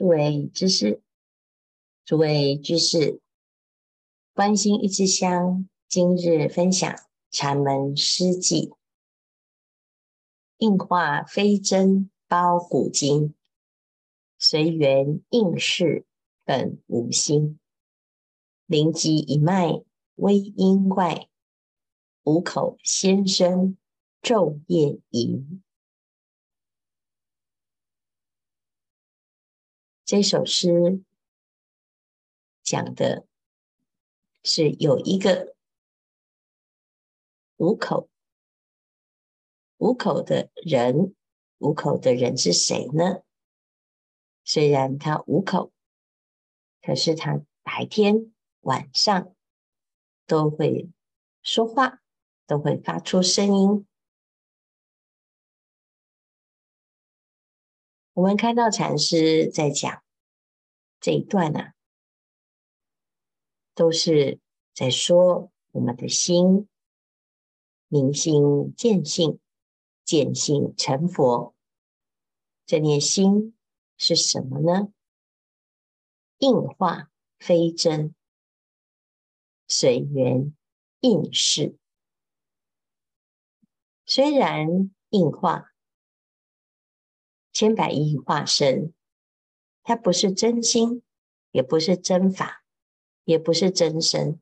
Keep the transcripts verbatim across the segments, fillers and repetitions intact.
诸位知识，诸位居士，观心一支香，今日分享禅门诗记，应化非真包古今，随缘应是本无心。灵机一脉微音怪，五口先生昼夜吟。这首诗讲的是有一个五口，五口的人，五口的人是谁呢？虽然他五口，可是他白天晚上都会说话，都会发出声音。我们看到禅师在讲这一段啊，都是在说我们的心明心见性，见性成佛。这念心是什么呢？应化非真，随缘应是。虽然应化千百亿化身，它不是真心，也不是真法，也不是真身，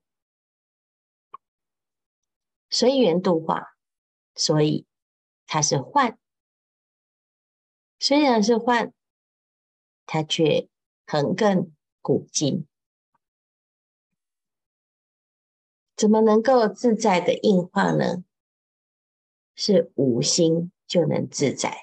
随缘度化，所以它是幻。虽然是幻，它却恒亘古今。怎么能够自在的应化呢？是无心就能自在。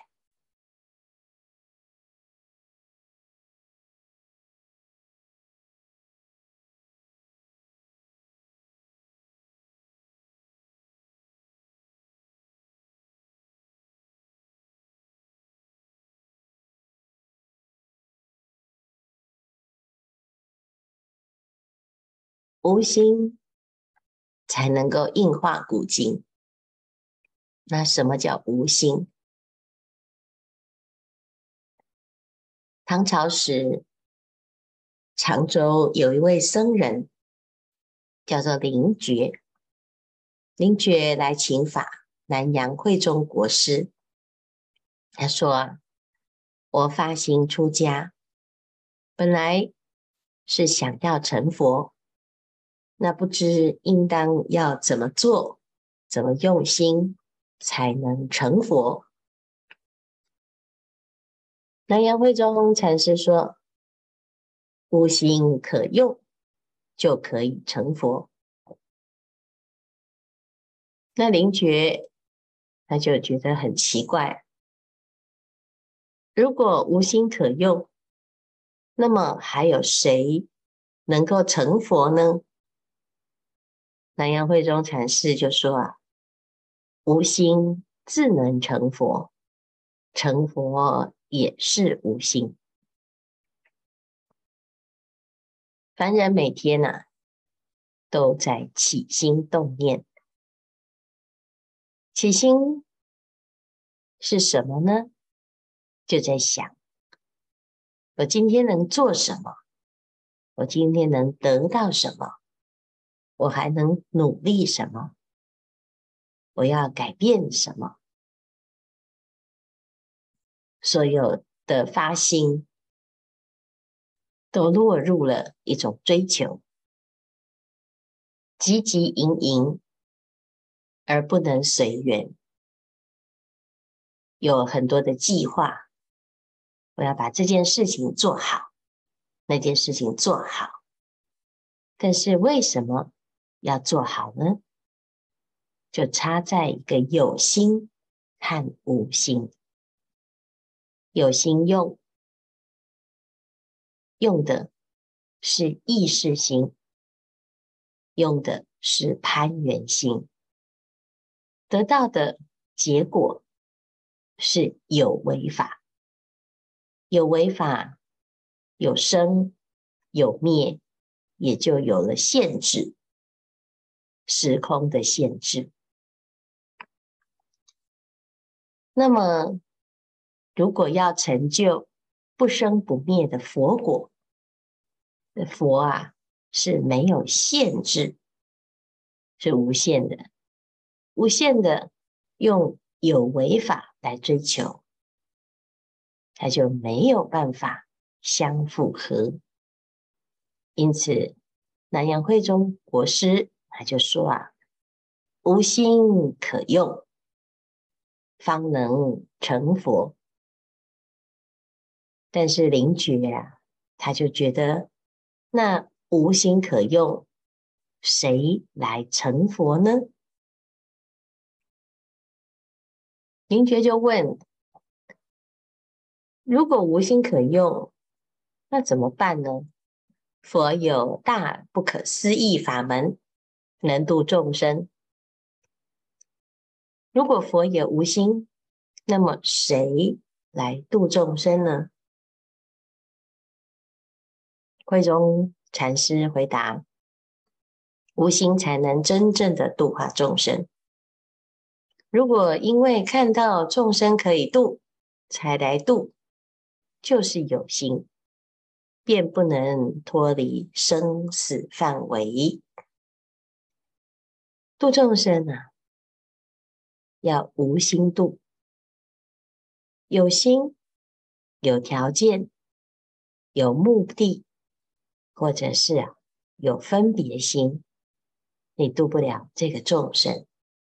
无心才能够应化古今。那什么叫无心？唐朝时，常州有一位僧人叫做灵觉，灵觉来请法南阳慧忠国师。他说啊，我发心出家，本来是想要成佛，那不知应当要怎么做，怎么用心才能成佛。南阳慧忠禅师说，无心可用，就可以成佛。那灵觉他就觉得很奇怪，如果无心可用，那么还有谁能够成佛呢？南阳慧忠禅师就说啊，无心自能成佛，成佛也是无心。凡人每天啊，都在起心动念。起心是什么呢？就在想，我今天能做什么？我今天能得到什么？我还能努力什么？我要改变什么？所有的发心都落入了一种追求，汲汲营营，而不能随缘。有很多的计划，我要把这件事情做好，那件事情做好。但是为什么要做好呢？就差在一个有心和无心。有心用，用的是意识心，用的是攀缘心，得到的结果是有为法。有为法，有生有灭，也就有了限制，时空的限制。那么如果要成就， 不生不灭的佛果。佛啊，是没有限制，是无限的，无限的用有为法来追求，它就没有办法相符合。因此南阳慧忠国师他就说啊，无心可用，方能成佛。但是灵觉啊，他就觉得那无心可用，谁来成佛呢？灵觉就问，如果无心可用，那怎么办呢？佛有大不可思议法门，能度众生。如果佛也无心，那么谁来度众生呢？慧忠禅师回答，无心才能真正的度化众生。如果因为看到众生可以度才来度，就是有心，便不能脱离生死范围。度众生啊，要无心度，有心、有条件、有目的，或者是啊有分别心，你度不了这个众生。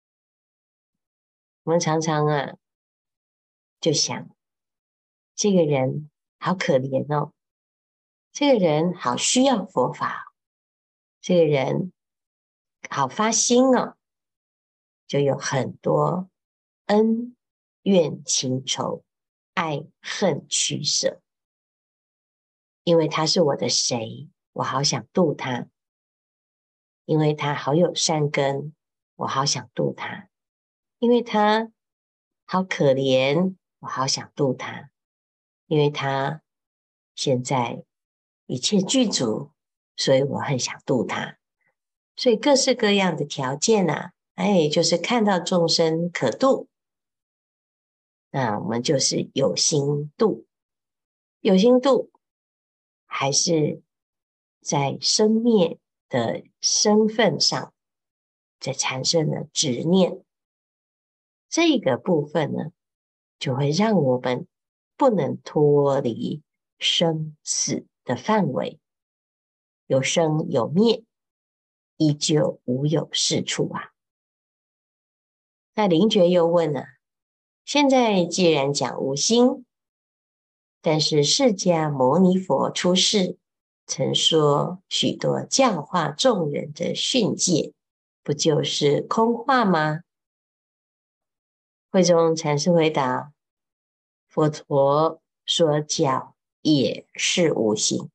我们常常啊就想，这个人好可怜哦，这个人好需要佛法，这个人好发心哦，就有很多恩怨情仇、爱恨取舍。因为他是我的谁，我好想度他；因为他好有善根，我好想度他；因为他好可怜，我好想度他；因为他现在一切具足，所以我很想度他。所以各式各样的条件啊，哎，就是看到众生可度，那我们就是有心度，有心度，还是在生灭的身份上，在产生了执念，这个部分呢，就会让我们不能脱离生死的范围，有生有灭，依旧无有是处啊。那灵觉又问啊，现在既然讲无心，但是释迦牟尼佛出世，曾说许多教化众人的训诫，不就是空话吗？慧忠禅师回答，佛陀所教也是无心。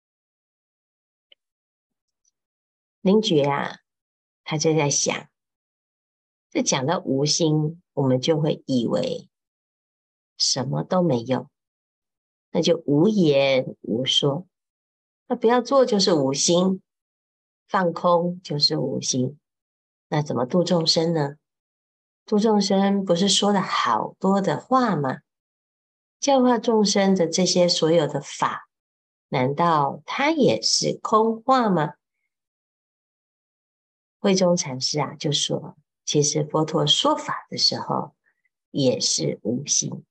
灵觉啊，他就在想，这讲到无心，我们就会以为什么都没有，那就无言无说。那不要做就是无心，放空就是无心。那怎么度众生呢？度众生不是说了好多的话吗？教化众生的这些所有的法，难道它也是空话吗？慧忠禅师啊就说，其实佛陀说法的时候也是无心。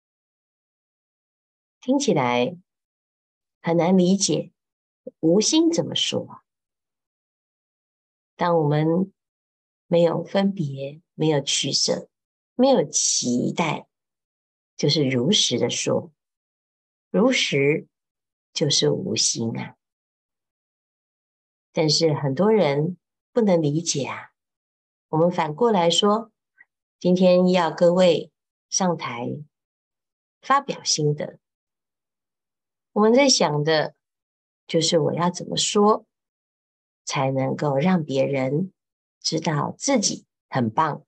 听起来很难理解，无心怎么说啊？当我们没有分别，没有取舍，没有期待，就是如实的说，如实就是无心啊。但是很多人不能理解啊。我们反过来说，今天要各位上台发表心得，我们在想的就是我要怎么说才能够让别人知道自己很棒，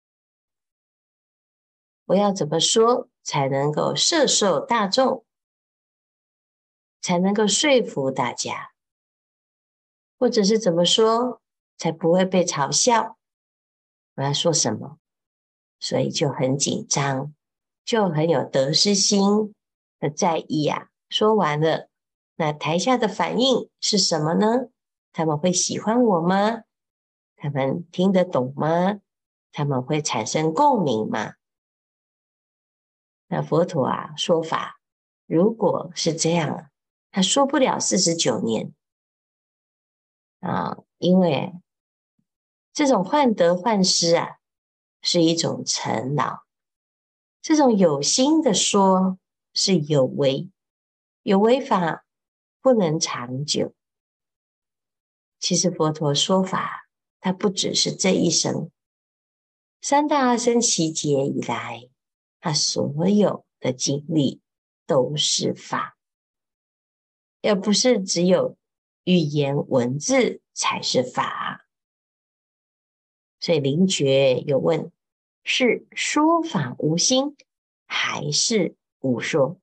我要怎么说才能够摄受大众，才能够说服大家，或者是怎么说才不会被嘲笑，我要说什么，所以就很紧张，就很有得失心，很在意啊， 说完了，那台下的反应是什么呢？他们会喜欢我吗？他们听得懂吗？他们会产生共鸣吗？那佛陀啊说法，如果是这样啊，他说不了四十九年啊，因为这种患得患失啊，是一种尘劳。这种有心的说，是有为，有为法不能长久。其实佛陀说法，它不只是这一生，三大阿僧祇劫以来，他所有的经历都是法，而不是只有语言文字才是法。所以灵觉有问，是说法无心，还是无说？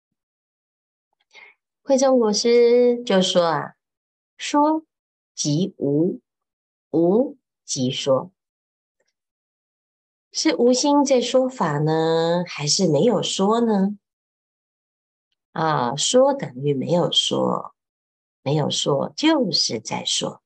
慧中国师就说啊，说即无，无即说。是无心在说法呢，还是没有说呢？啊，说等于没有说，没有说就是在说。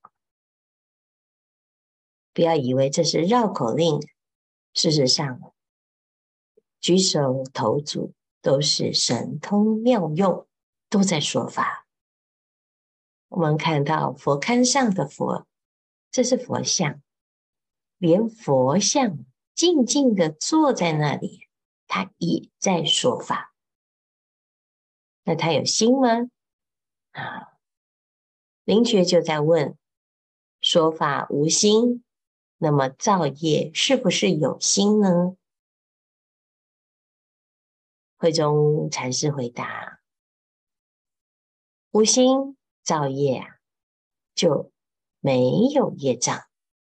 不要以为这是绕口令，事实上，举手投足都是神通妙用，都在说法。我们看到佛龛上的佛，这是佛像，连佛像静静的坐在那里，他也在说法。那他有心吗？啊，灵觉就在问：说法无心，那么造业是不是有心呢？慧中禅师回答：无心造业啊，就没有业障；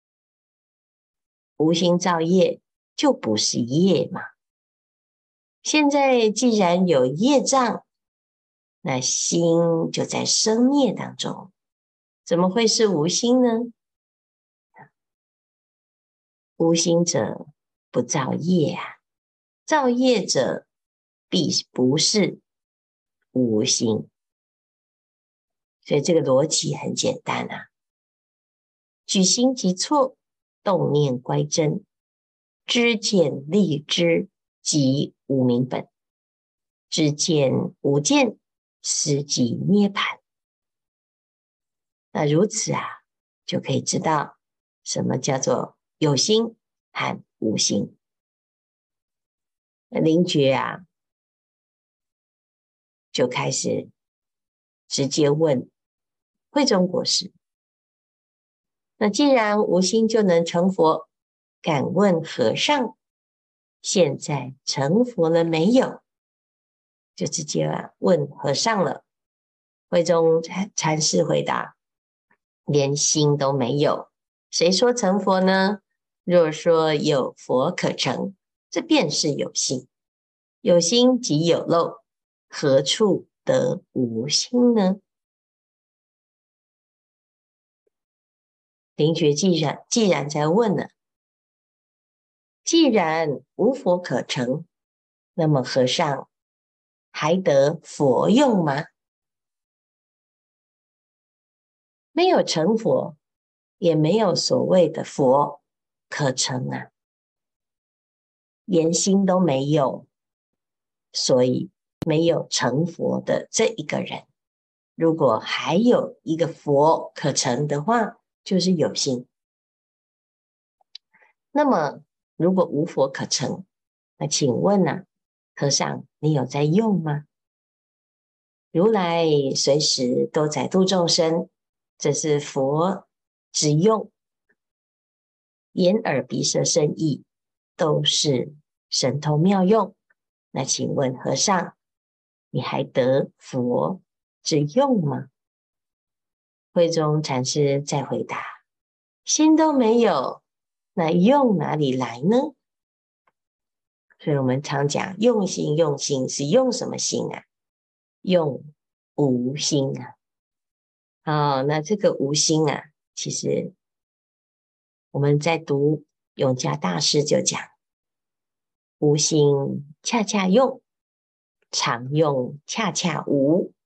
无心造业就不是业嘛。现在既然有业障，那心就在生灭当中，怎么会是无心呢？无心者不造业啊，造业者必不是无心。所以这个逻辑很简单啊，举心即错，动念乖真，知见立知即无明本，知见无见，实即涅槃。那如此啊，就可以知道什么叫做有心和无心。灵觉啊，就开始直接问慧中国师：那既然无心就能成佛，敢问和尚，现在成佛了没有？就直接啊问和尚了。慧中禅师回答：连心都没有，谁说成佛呢？若说有佛可成，这便是有心。有心即有漏，何处得无心呢？灵觉既然既然在问了，既然无佛可成，那么和尚还得佛用吗？没有成佛，也没有所谓的佛可成啊，连心都没有，所以没有成佛的这一个人。如果还有一个佛可成的话，就是有心。那么如果无佛可成，那请问呢、啊，和尚你有在用吗？如来随时都在度众生，这是佛之用，眼耳鼻舌身意都是神通妙用。那请问和尚，你还得佛之用吗？慧中禅师再回答：心都没有，那用哪里来呢？所以我们常讲用心用心，是用什么心啊？用无心啊。哦，那这个无心啊，其实我们在读永嘉大师就讲，无心恰恰用，常用恰恰无。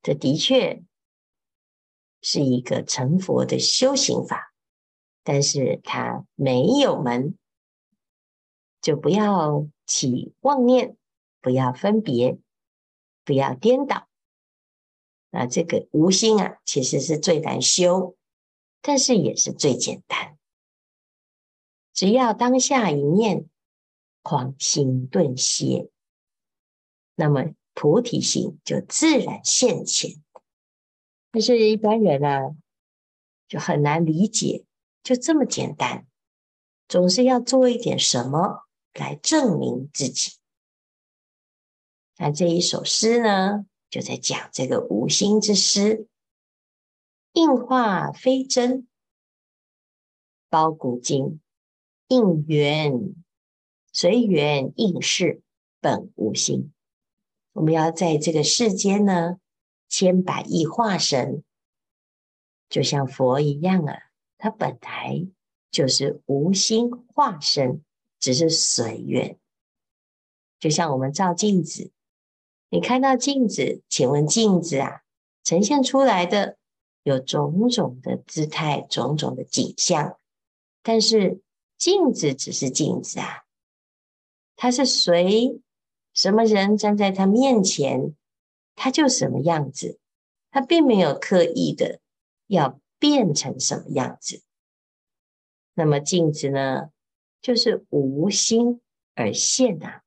这的确是一个成佛的修行法，但是它没有门，就不要起妄念，不要分别，不要颠倒。那这个无心啊，其实是最难修，但是也是最简单。只要当下一念狂心顿歇，那么菩提心就自然现前。但是一般人啊，就很难理解，就这么简单，总是要做一点什么来证明自己。那这一首诗呢，就在讲这个无心之失。应化非真，包古今，应缘随缘应事，本无心。我们要在这个世间呢，千百亿化身，就像佛一样啊，他本来就是无心化身，只是随缘。就像我们照镜子，你看到镜子，请问镜子啊，呈现出来的有种种的姿态，种种的景象，但是镜子只是镜子啊，它是随什么人站在他面前，他就什么样子，他并没有刻意的要变成什么样子。那么镜子呢，就是无心而现啊。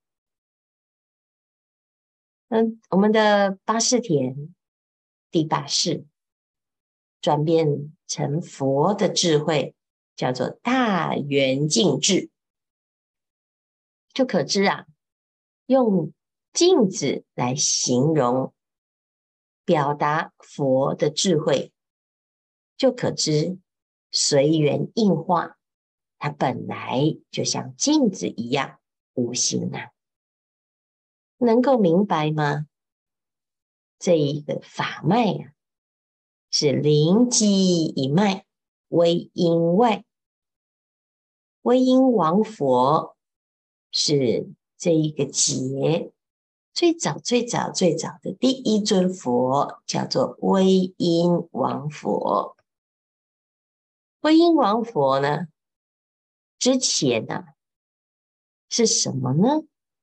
嗯，我们的八识田第八识转变成佛的智慧，叫做大圆镜智，就可知啊，用镜子来形容表达佛的智慧，就可知随缘应化，它本来就像镜子一样无形啊。能够明白吗？这一个法脉啊，是灵机一脉，微因外。微因王佛是这一个劫最早最早最早的第一尊佛，叫做微因王佛。微因王佛呢，之前呢、啊、是什么呢？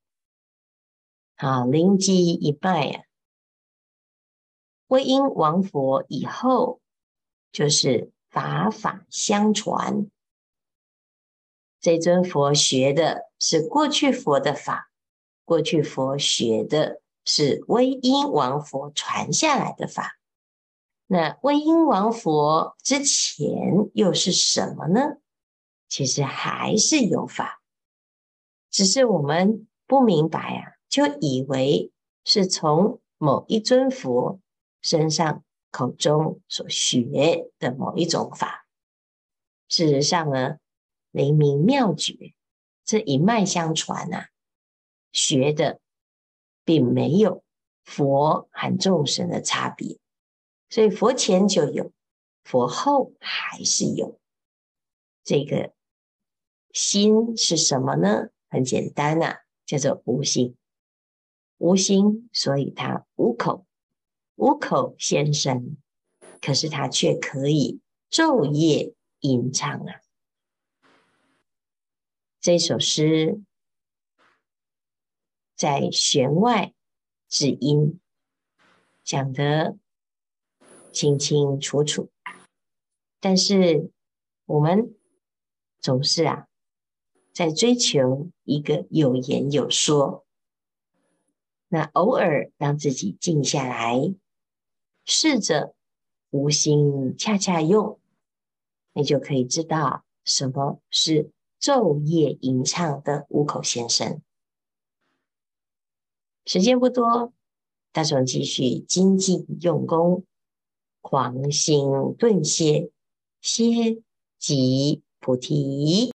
好，灵机一脉啊，微因王佛以后就是法法相传。这尊佛学的是过去佛的法，过去佛学的是微因王佛传下来的法。那微因王佛之前又是什么呢？其实还是有法，只是我们不明白啊，就以为是从某一尊佛身上口中所学的某一种法。事实上呢，灵明妙觉这一脉相传啊，学的并没有佛和众生的差别，所以佛前就有，佛后还是有。这个心是什么呢？很简单啊，叫做无心。无心，所以它无口，无口现身，可是它却可以昼夜吟唱啊。这首诗在弦外之音讲得清清楚楚，但是我们总是啊，在追求一个有言有说，那偶尔让自己静下来，试着无心恰恰用，你就可以知道什么是昼夜吟唱的五口先生。时间不多，大众继续精进用功，狂心顿歇，歇即菩提。